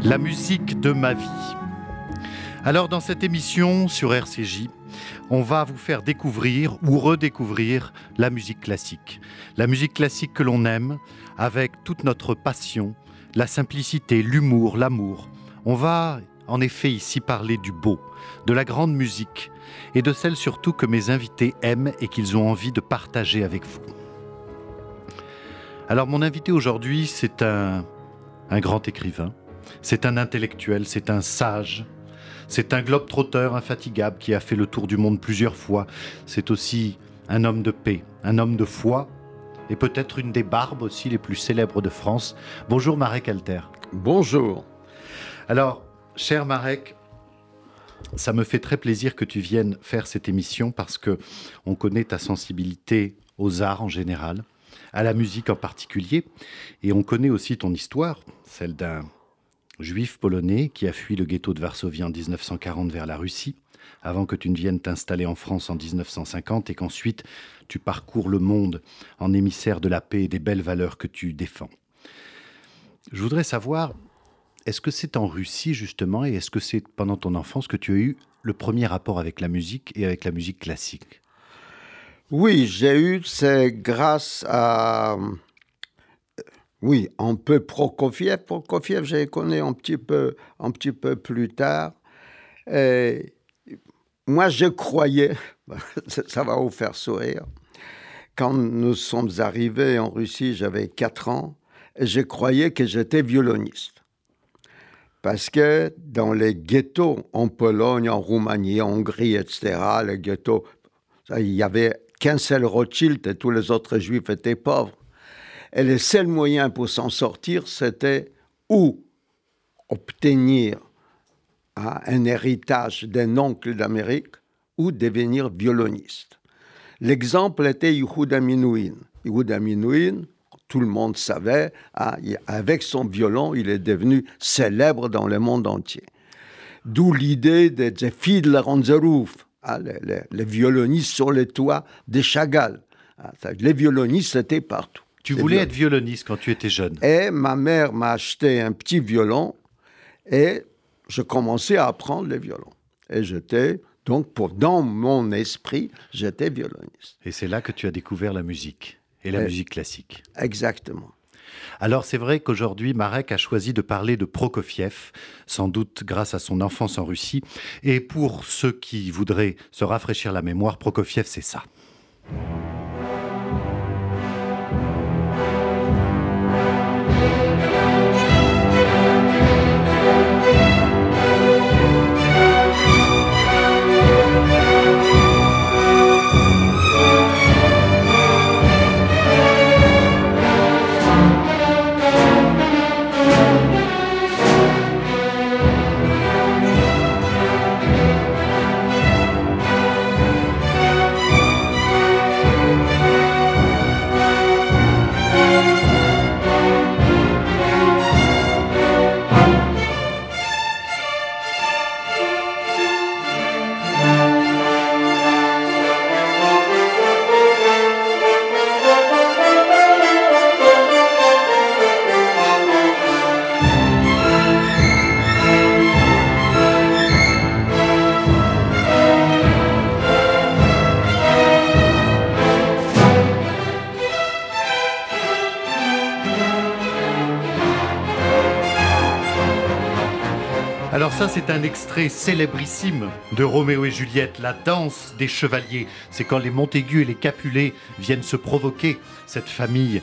La musique de ma vie. Alors dans cette émission sur RCJ, on va vous faire découvrir ou redécouvrir la musique classique. La musique classique que l'on aime, avec toute notre passion, la simplicité, l'humour, l'amour. On va en effet ici parler du beau, de la grande musique et de celle surtout que mes invités aiment et qu'ils ont envie de partager avec vous. Alors mon invité aujourd'hui, c'est un grand écrivain, c'est un intellectuel, c'est un sage, c'est un globe-trotteur infatigable qui a fait le tour du monde plusieurs fois. C'est aussi un homme de paix, un homme de foi et peut-être une des barbes aussi les plus célèbres de France. Bonjour Marek Alter. Bonjour. Alors, cher Marek, ça me fait très plaisir que tu viennes faire cette émission parce que on connaît ta sensibilité aux arts en général, à la musique en particulier, et on connaît aussi ton histoire, celle d'un juif polonais qui a fui le ghetto de Varsovie en 1940 vers la Russie, avant que tu ne viennes t'installer en France en 1950 et qu'ensuite tu parcours le monde en émissaire de la paix et des belles valeurs que tu défends. Je voudrais savoir, est-ce que c'est en Russie justement et est-ce que c'est pendant ton enfance que tu as eu le premier rapport avec la musique et avec la musique classique ? Oui, j'ai eu, c'est grâce à... Oui, un peu Prokofiev. Prokofiev, j'ai connu un petit peu plus tard. Et moi, je croyais, ça va vous faire sourire, quand nous sommes arrivés en Russie, j'avais 4 ans, et je croyais que j'étais violoniste. Parce que dans les ghettos en Pologne, en Roumanie, en Hongrie, etc., les ghettos, il n'y avait qu'un seul Rothschild et tous les autres juifs étaient pauvres. Et le seul moyen pour s'en sortir, c'était ou obtenir un héritage d'un oncle d'Amérique ou devenir violoniste. L'exemple était Yehuda Menuhin. Yehuda Menuhin, tout le monde savait, avec son violon, il est devenu célèbre dans le monde entier. D'où l'idée de The Fiddler on the Roof, les violonistes sur les toits de Chagall. Les violonistes étaient partout. Tu voulais être violoniste quand tu étais jeune. Et ma mère m'a acheté un petit violon et je commençais à apprendre le violon. Et j'étais, donc, dans mon esprit, j'étais violoniste. Et c'est là que tu as découvert la musique et la musique classique. Exactement. Alors c'est vrai qu'aujourd'hui, Marek a choisi de parler de Prokofiev, sans doute grâce à son enfance en Russie. Et pour ceux qui voudraient se rafraîchir la mémoire, Prokofiev, c'est ça. Alors ça, c'est un extrait célébrissime de Roméo et Juliette, la danse des chevaliers. C'est quand les Montaigu et les Capulet viennent se provoquer, cette famille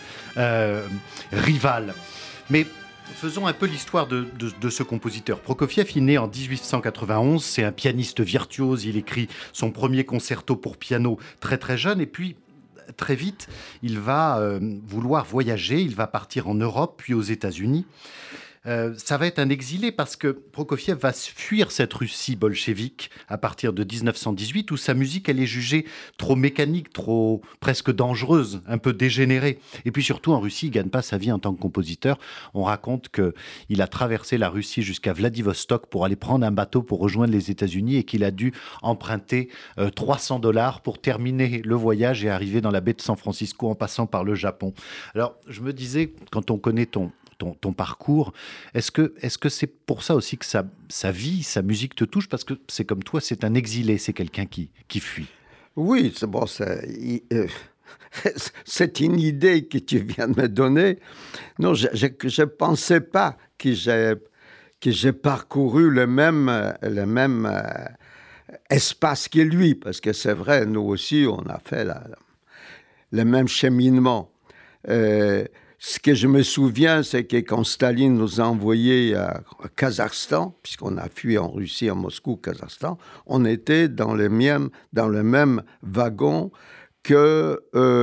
rivale. Mais faisons un peu l'histoire de ce compositeur. Prokofiev, il est né en 1891, c'est un pianiste virtuose, il écrit son premier concerto pour piano très très jeune, et puis très vite, il va vouloir voyager, il va partir en Europe, puis aux États-Unis. Ça va être un exilé parce que Prokofiev va fuir cette Russie bolchevique à partir de 1918 où sa musique elle est jugée trop mécanique, trop presque dangereuse, un peu dégénérée. Et puis surtout en Russie, il gagne pas sa vie en tant que compositeur. On raconte qu'il a traversé la Russie jusqu'à Vladivostok pour aller prendre un bateau pour rejoindre les États-Unis et qu'il a dû emprunter $300 pour terminer le voyage et arriver dans la baie de San Francisco en passant par le Japon. Alors je me disais, quand on connaît ton ton parcours. Est-ce que c'est pour ça aussi que sa vie, sa musique te touche? Parce que c'est comme toi, c'est un exilé, c'est quelqu'un qui fuit. Oui, c'est bon, c'est une idée que tu viens de me donner. Non, je ne pensais pas que j'ai parcouru le même espace que lui, parce que c'est vrai, nous aussi, on a fait le même cheminement. Ce que je me souviens, c'est que quand Staline nous a envoyés à Kazakhstan, puisqu'on a fui en Russie, à Moscou, Kazakhstan, on était dans le même wagon que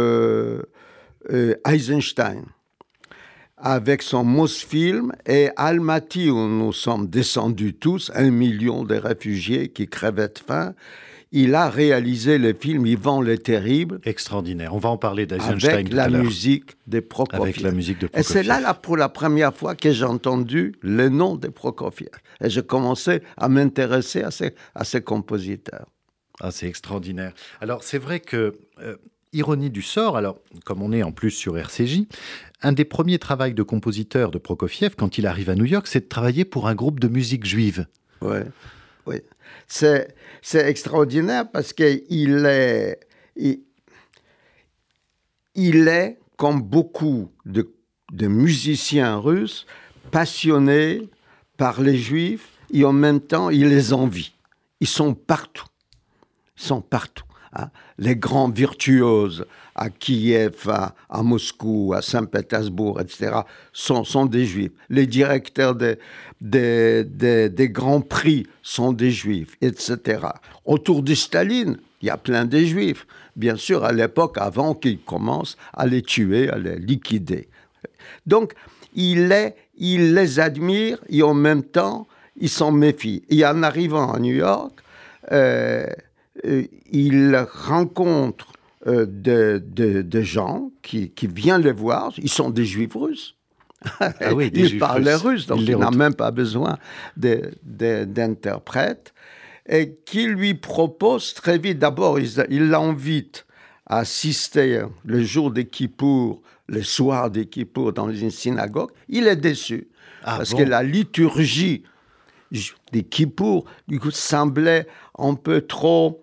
Eisenstein, avec son Mosfilm, et Almaty, où nous sommes descendus tous, 1 million de réfugiés qui crevaient de faim. Il a réalisé le film Ivan le Terrible. Extraordinaire. On va en parler d'Eisenstein tout à l'heure. Avec la musique de Prokofiev. Avec la musique de Prokofiev. Et c'est là, pour la première fois que j'ai entendu le nom de Prokofiev. Et j'ai commencé à m'intéresser à ces compositeurs. Ah, c'est extraordinaire. Alors, c'est vrai que, ironie du sort, alors, comme on est en plus sur RCJ, un des premiers travaux de compositeur de Prokofiev, quand il arrive à New York, c'est de travailler pour un groupe de musique juive. Oui, oui. C'est extraordinaire parce qu'il est, comme beaucoup de musiciens russes, passionné par les Juifs et en même temps, il les envie. Ils sont partout. Hein. Les grands virtuoses à Kiev, à Moscou, à Saint-Pétersbourg, etc., sont des Juifs. Les directeurs des grands prix sont des Juifs, etc. Autour de Staline, il y a plein de Juifs. Bien sûr, à l'époque, avant qu'ils commencent à les tuer, à les liquider. Donc, il les admire et en même temps, il s'en méfie. Et en arrivant à New York, il rencontre des gens qui viennent les voir. Ils sont des Juifs russes. Ah oui, ils parlent russe, donc il n'a même pas besoin d'interprètes. Et qui lui propose très vite, d'abord, il l'invite à assister le jour des Kippour, le soir des Kippour dans une synagogue. Il est déçu, parce que la liturgie des Kippour, du coup, semblait un peu trop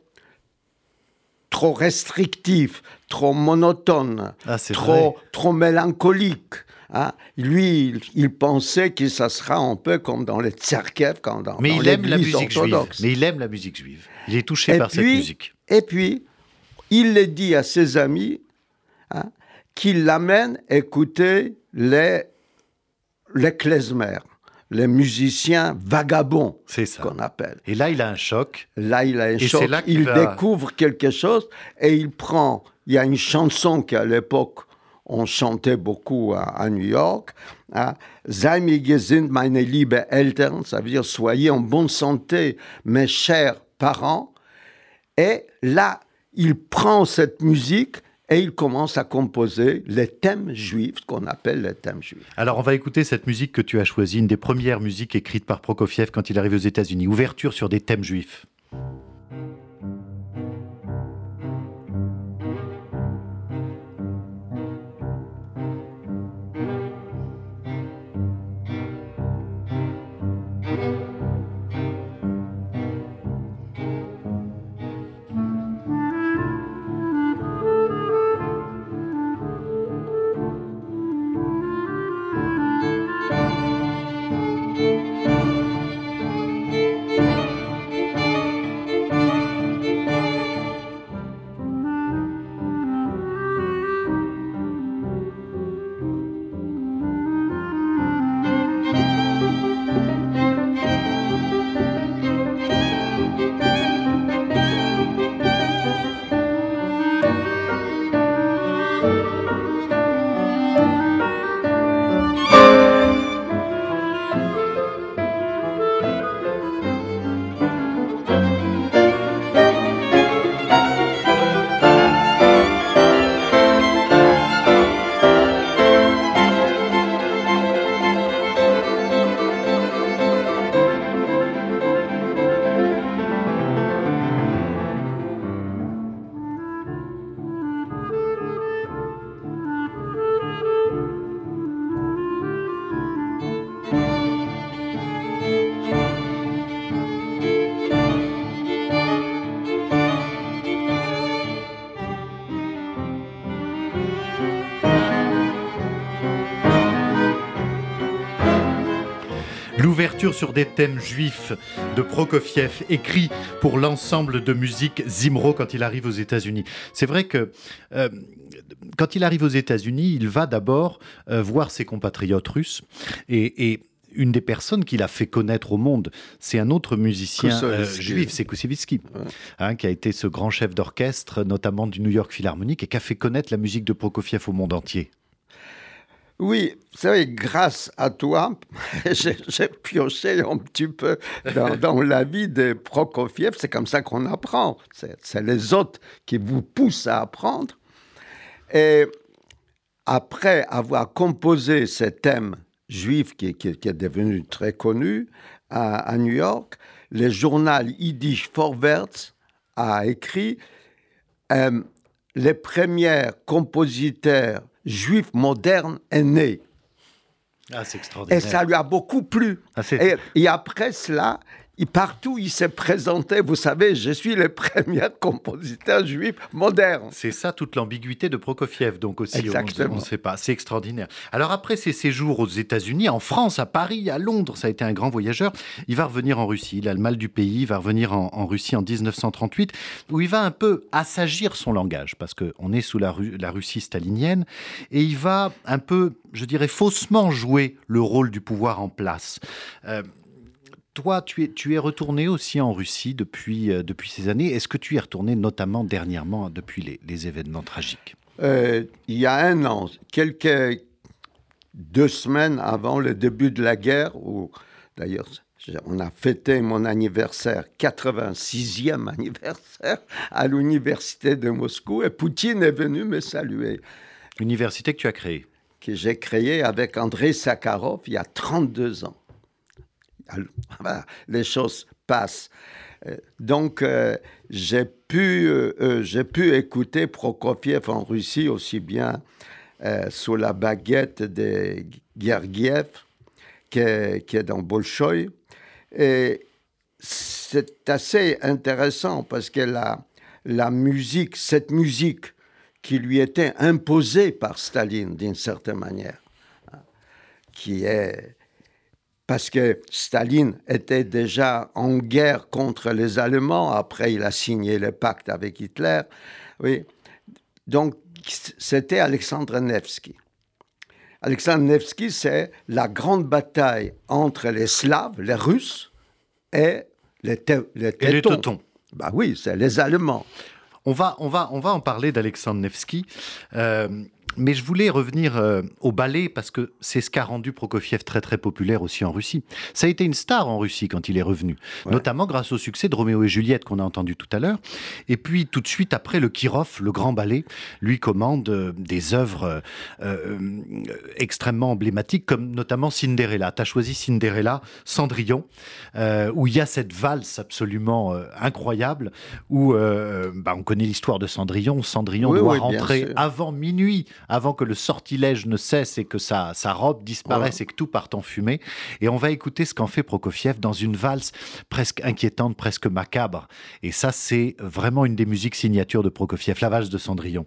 restrictif, trop monotone, trop mélancolique. Hein? Lui, il pensait que ça sera un peu comme dans les tzerkev, dans l'église orthodoxe. Mais il aime la musique juive. Il est touché par cette musique. Et puis, il le dit à ses amis, hein, qu'il l'amène écouter les klezmer, les musiciens vagabonds, c'est ça qu'on appelle. Et là, il a un choc. Il découvre quelque chose et il y a une chanson qu'à l'époque, on chantait beaucoup à New York. Sei mir gesinnt, meine liebe Eltern, ça veut dire soyez en bonne santé, mes chers parents. Et là, il prend cette musique et il commence à composer les thèmes juifs, ce qu'on appelle les thèmes juifs. Alors, on va écouter cette musique que tu as choisie, une des premières musiques écrites par Prokofiev quand il arrive aux États-Unis. Ouverture sur des thèmes juifs. L'ouverture sur des thèmes juifs de Prokofiev, écrit pour l'ensemble de musique Zimro quand il arrive aux États-Unis. C'est vrai que quand il arrive aux États-Unis, il va d'abord voir ses compatriotes russes et une des personnes qu'il a fait connaître au monde, c'est un autre musicien juif, c'est Koussevitzky, qui a été ce grand chef d'orchestre, notamment du New York Philharmonic, et qui a fait connaître la musique de Prokofiev au monde entier. Oui, vous savez, grâce à toi, j'ai pioché un petit peu dans la vie de Prokofiev. C'est comme ça qu'on apprend. C'est les autres qui vous poussent à apprendre. Et après avoir composé ce thème juif qui est devenu très connu à New York, le journal Yiddish Vorwärts a écrit les premiers compositeurs juif moderne est né. Ah, c'est extraordinaire. Et ça lui a beaucoup plu. Et après cela, partout il s'est présenté, vous savez, je suis le premier compositeur juif moderne. C'est ça toute l'ambiguïté de Prokofiev, donc aussi, on ne sait pas. C'est extraordinaire. Alors après ses séjours aux États-Unis, en France, à Paris, à Londres, ça a été un grand voyageur. Il va revenir en Russie, il a le mal du pays, il va revenir en Russie en 1938, où il va un peu assagir son langage, parce qu'on est sous la Russie stalinienne, et il va un peu, je dirais, faussement jouer le rôle du pouvoir en place. Toi, tu es retourné aussi en Russie depuis ces années. Est-ce que tu y es retourné notamment dernièrement depuis les événements tragiques ? Il y a un an, 2 semaines avant le début de la guerre, où d'ailleurs on a fêté mon anniversaire, 86e anniversaire, à l'université de Moscou, et Poutine est venu me saluer. Université que tu as créée ? Que j'ai créée avec Andrei Sakharov il y a 32 ans. Les choses passent. Donc, j'ai pu écouter Prokofiev en Russie aussi bien sous la baguette de Gergiev qui est dans Bolchoï. Et c'est assez intéressant parce que la musique, cette musique qui lui était imposée par Staline d'une certaine manière, qui est... Parce que Staline était déjà en guerre contre les Allemands. Après, il a signé le pacte avec Hitler. Oui. Donc, c'était Alexandre Nevsky. Alexandre Nevsky, c'est la grande bataille entre les Slaves, les Russes, et les Teutons. Bah oui, c'est les Allemands. On va en parler d'Alexandre Nevsky. Mais je voulais revenir au ballet parce que c'est ce qu'a rendu Prokofiev très très populaire aussi en Russie. Ça a été une star en Russie quand il est revenu, notamment grâce au succès de Roméo et Juliette qu'on a entendu tout à l'heure. Et puis tout de suite après, le Kirov, le grand ballet, lui commande des œuvres extrêmement emblématiques comme notamment Cinderella. Tu as choisi Cinderella, Cendrillon, où il y a cette valse absolument incroyable où on connaît l'histoire de Cendrillon. Cendrillon doit rentrer avant minuit, avant que le sortilège ne cesse et que sa robe disparaisse et que tout parte en fumée. Et on va écouter ce qu'en fait Prokofiev dans une valse presque inquiétante, presque macabre. Et ça, c'est vraiment une des musiques signatures de Prokofiev, la valse de Cendrillon.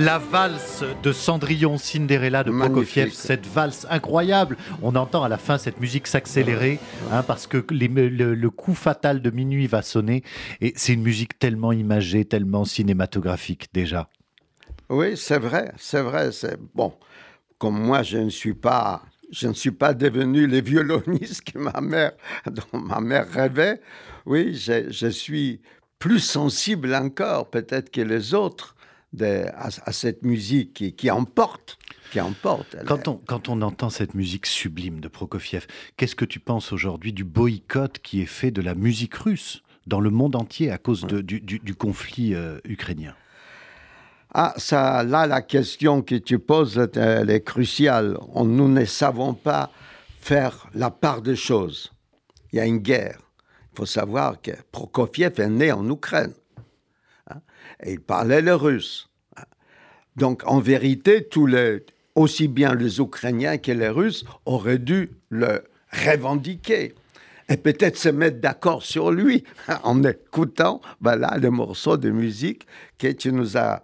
La valse de Cendrillon Cinderella de Prokofiev, cette valse incroyable. On entend à la fin cette musique s'accélérer parce que le coup fatal de minuit va sonner. Et c'est une musique tellement imagée, tellement cinématographique déjà. Oui, c'est vrai. Bon, comme moi, je ne suis pas devenu le violoniste dont ma mère rêvait. Oui, je suis plus sensible encore, peut-être que les autres, à cette musique qui emporte. Quand on entend cette musique sublime de Prokofiev, qu'est-ce que tu penses aujourd'hui du boycott qui est fait de la musique russe dans le monde entier à cause du conflit ukrainien ? Ça, là, la question que tu poses, elle est cruciale. Nous ne savons pas faire la part des choses. Il y a une guerre. Il faut savoir que Prokofiev est né en Ukraine. Et il parlait le russe. Donc, en vérité, aussi bien les Ukrainiens que les Russes auraient dû le revendiquer. Et peut-être se mettre d'accord sur lui en écoutant le morceau de musique que tu nous as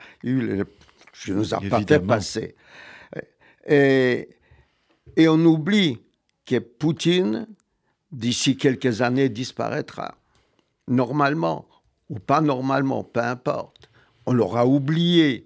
passé. Et on oublie que Poutine, d'ici quelques années, disparaîtra. Normalement, ou pas normalement, peu importe. On l'aura oublié.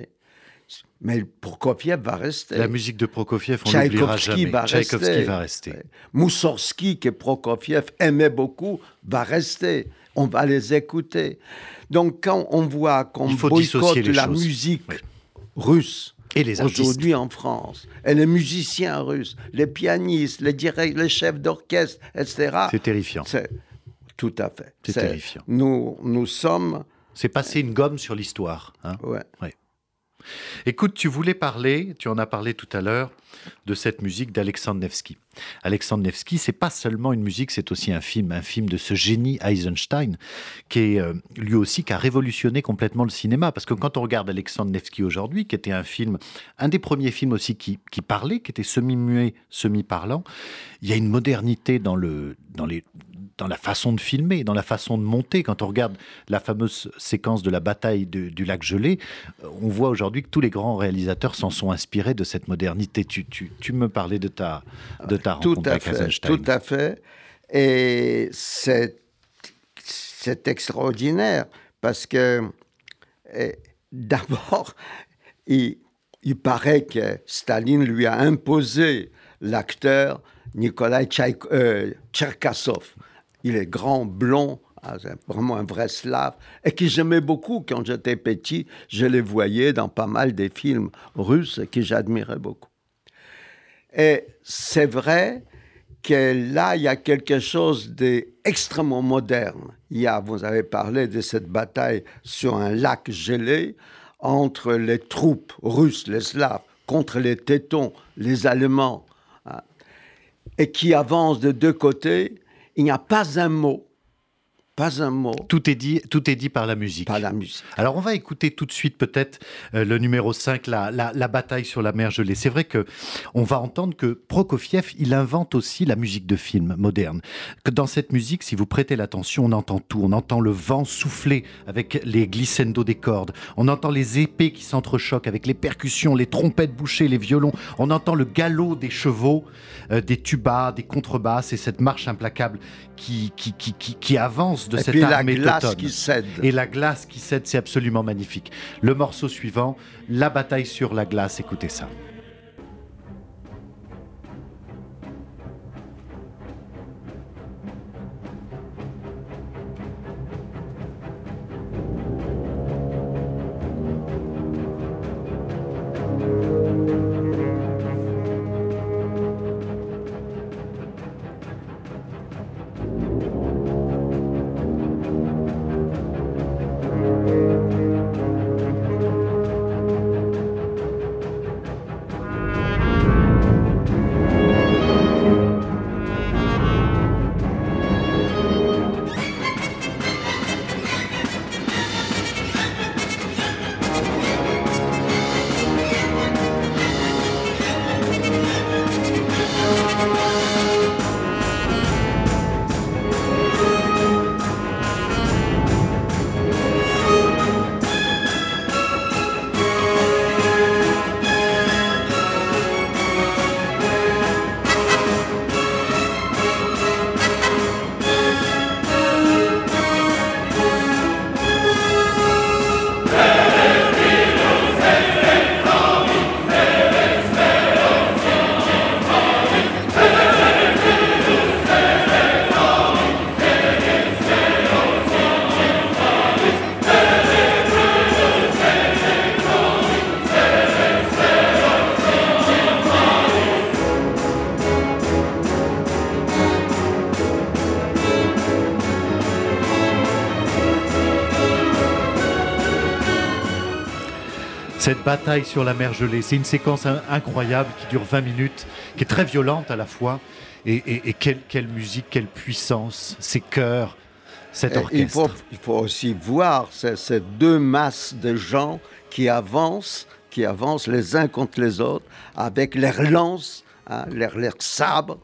Mais Prokofiev va rester. La musique de Prokofiev, on l'oubliera jamais. Tchaïkovski va rester. Moussorski, que Prokofiev aimait beaucoup, va rester. On va les écouter. Donc, quand on voit qu'on boycotte la musique russe, et les aujourd'hui en France, et les musiciens russes, les pianistes, les chefs d'orchestre, etc. C'est terrifiant. Tout à fait. C'est terrifiant. Nous sommes... C'est passer une gomme sur l'histoire. Ouais. Écoute, tu en as parlé tout à l'heure, de cette musique d'Alexandre Nevsky. Alexandre Nevsky, c'est pas seulement une musique, c'est aussi un film de ce génie Eisenstein, qui est lui aussi qui a révolutionné complètement le cinéma. Parce que quand on regarde Alexandre Nevsky aujourd'hui, qui était un des premiers films aussi qui parlait, qui était semi-muet, semi-parlant, il y a une modernité dans la façon de filmer, dans la façon de monter. Quand on regarde la fameuse séquence de la bataille du lac gelé, on voit aujourd'hui que tous les grands réalisateurs s'en sont inspirés de cette modernité. Tu me parlais de ta rencontre avec Eisenstein. Tout à fait. Et c'est extraordinaire parce que d'abord, il paraît que Staline lui a imposé l'acteur Nikolai Tcherkassov. Il est grand, blond, vraiment un vrai slave, et que j'aimais beaucoup quand j'étais petit. Je les voyais dans pas mal des films russes que j'admirais beaucoup. Et c'est vrai que là, il y a quelque chose d'extrêmement moderne. Vous avez parlé de cette bataille sur un lac gelé entre les troupes russes, les Slaves, contre les Teutons, les Allemands, et qui avancent de deux côtés. Il n'y a pas un mot. Tout est dit par la musique. Par la musique. Alors, on va écouter tout de suite peut-être le numéro 5, la bataille sur la mer gelée. C'est vrai qu'on va entendre que Prokofiev, il invente aussi la musique de film moderne. Que dans cette musique, si vous prêtez l'attention, on entend tout. On entend le vent souffler avec les glissando des cordes. On entend les épées qui s'entrechoquent avec les percussions, les trompettes bouchées, les violons. On entend le galop des chevaux, des tubas, des contrebasses et cette marche implacable qui avance de cette armée teutonne. Et puis la glace qui cède. Et la glace qui cède, c'est absolument magnifique. Le morceau suivant, la bataille sur la glace, écoutez ça. Cette bataille sur la mer gelée, c'est une séquence incroyable qui dure 20 minutes, qui est très violente à la fois. Et quelle musique, quelle puissance, ces chœurs, cet orchestre. Il faut aussi voir ces deux masses de gens qui avancent les uns contre les autres avec leurs lances, hein, leurs sabres.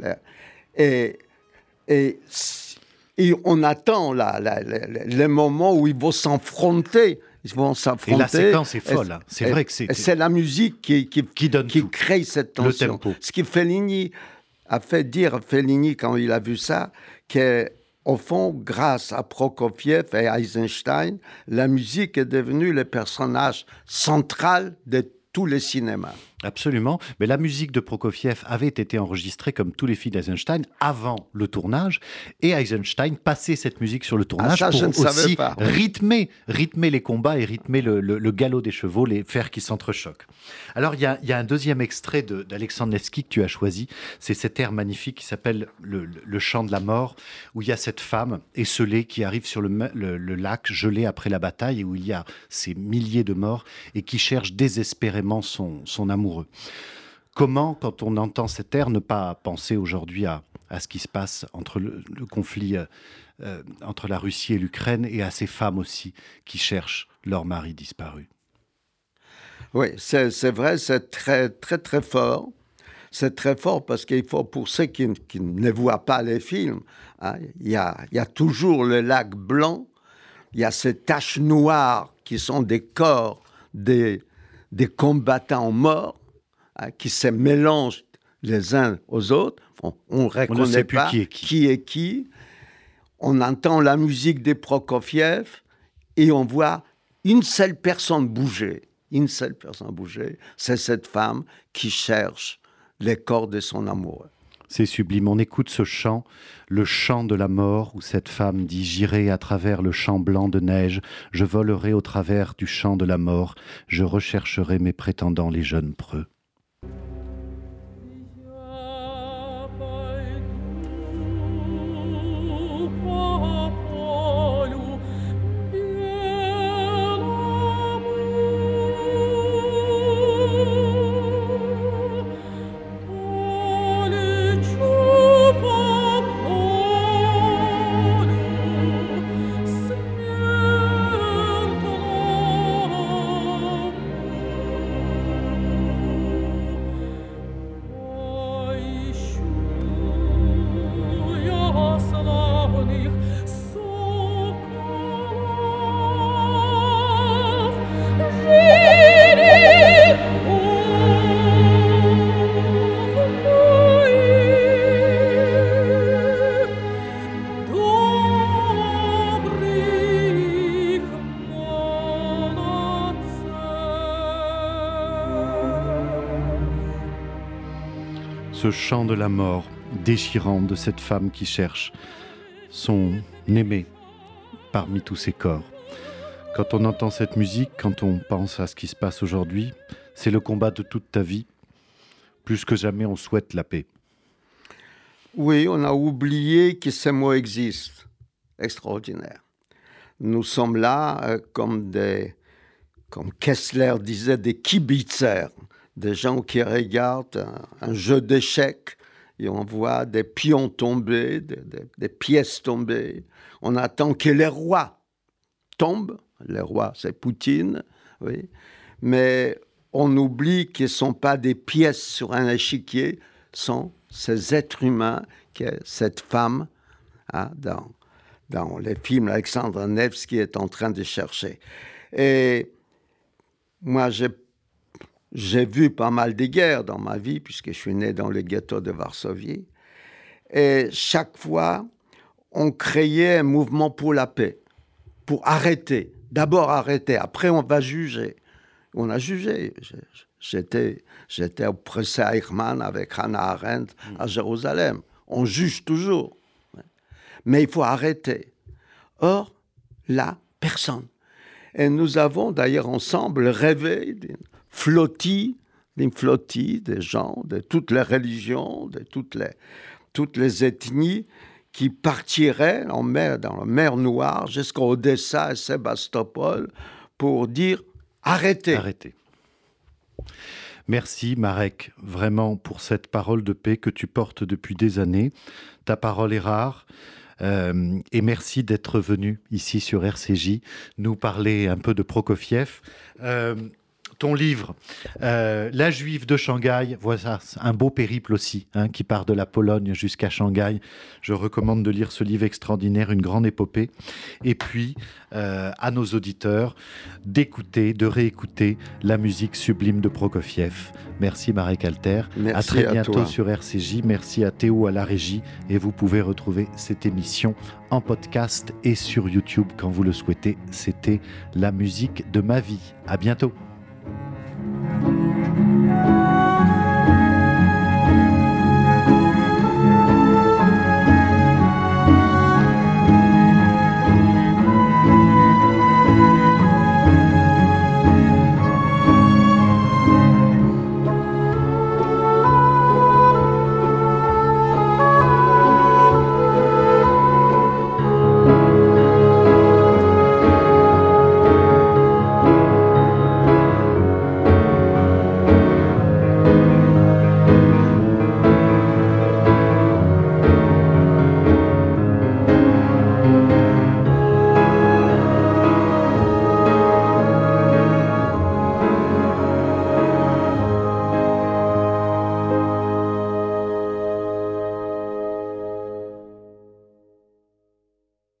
Et, et, et on attend le moment où ils vont s'affronter. Ils vont s'affronter. Et la séquence est folle. Hein. C'est vrai que c'est la musique qui crée cette tension. Le tempo. Ce qui Fellini a fait dire à Fellini quand il a vu ça, qu'au fond, grâce à Prokofiev et Eisenstein, la musique est devenue le personnage central de tous les cinémas. Absolument. Mais la musique de Prokofiev avait été enregistrée, comme tous les films d'Eisenstein, avant le tournage. Et Eisenstein passait cette musique sur le tournage pour aussi rythmer les combats et rythmer le galop des chevaux, les fers qui s'entrechoquent. Alors, il y a un deuxième extrait d'Alexandre Nevsky que tu as choisi. C'est cet air magnifique qui s'appelle le chant de la mort, où il y a cette femme esselée qui arrive sur le lac gelé après la bataille, et où il y a ces milliers de morts, et qui cherche désespérément son amoureux. Comment, quand on entend cet air, ne pas penser aujourd'hui à ce qui se passe entre le conflit entre la Russie et l'Ukraine, et à ces femmes aussi qui cherchent leur mari disparu? Oui, c'est vrai, c'est très, très, très fort. C'est très fort parce qu'il faut, pour ceux qui ne voient pas les films, hein, il y a toujours le lac blanc, il y a ces taches noires qui sont des corps des combattants morts, hein, qui se mélangent les uns aux autres. On ne reconnaît pas qui est qui. On entend la musique des Prokofiev et on voit une seule personne bouger. C'est cette femme qui cherche les corps de son amoureux. C'est sublime. On écoute ce chant, le chant de la mort, où cette femme dit « J'irai à travers le champ blanc de neige, je volerai au travers du champ de la mort, je rechercherai mes prétendants les jeunes preux. » Ce chant de la mort déchirant de cette femme qui cherche son aimé parmi tous ces corps. Quand on entend cette musique, quand on pense à ce qui se passe aujourd'hui, c'est le combat de toute ta vie. Plus que jamais, on souhaite la paix. Oui, on a oublié que ces mots existent. Extraordinaire. Nous sommes là comme Kessler disait, des kibitzers, des gens qui regardent un jeu d'échecs et on voit des pions tomber, des pièces tomber. On attend que les rois tombent. Les rois, c'est Poutine, oui. Mais on oublie qu'ils ne sont pas des pièces sur un échiquier, sont ces êtres humains, que cette femme, hein, dans les films, Alexandre Nevsky est en train de chercher. Et moi, j'ai vu pas mal de guerres dans ma vie, puisque je suis né dans le ghetto de Varsovie. Et chaque fois, on créait un mouvement pour la paix, pour arrêter. D'abord arrêter, après on va juger. On a jugé. J'étais au procès Eichmann avec Hannah Arendt à Jérusalem. On juge toujours. Mais il faut arrêter. Or, là, personne. Et nous avons d'ailleurs ensemble rêvé d'une flottille des gens de toutes les religions, de toutes les ethnies qui partiraient dans la mer Noire jusqu'à Odessa et Sébastopol pour dire Arrêtez. Merci Marek, vraiment pour cette parole de paix que tu portes depuis des années. Ta parole est rare. Et merci d'être venu ici sur RCJ nous parler un peu de Prokofiev. Ton livre, La Juive de Shanghai, voilà, un beau périple aussi, qui part de la Pologne jusqu'à Shanghai. Je recommande de lire ce livre extraordinaire, une grande épopée. Et puis, à nos auditeurs, d'écouter, de réécouter la musique sublime de Prokofiev. Merci Marek Alter. Merci à très bientôt toi. sur RCJ. Merci à Théo à la régie. Et vous pouvez retrouver cette émission en podcast et sur YouTube quand vous le souhaitez. C'était La musique de ma vie. À bientôt.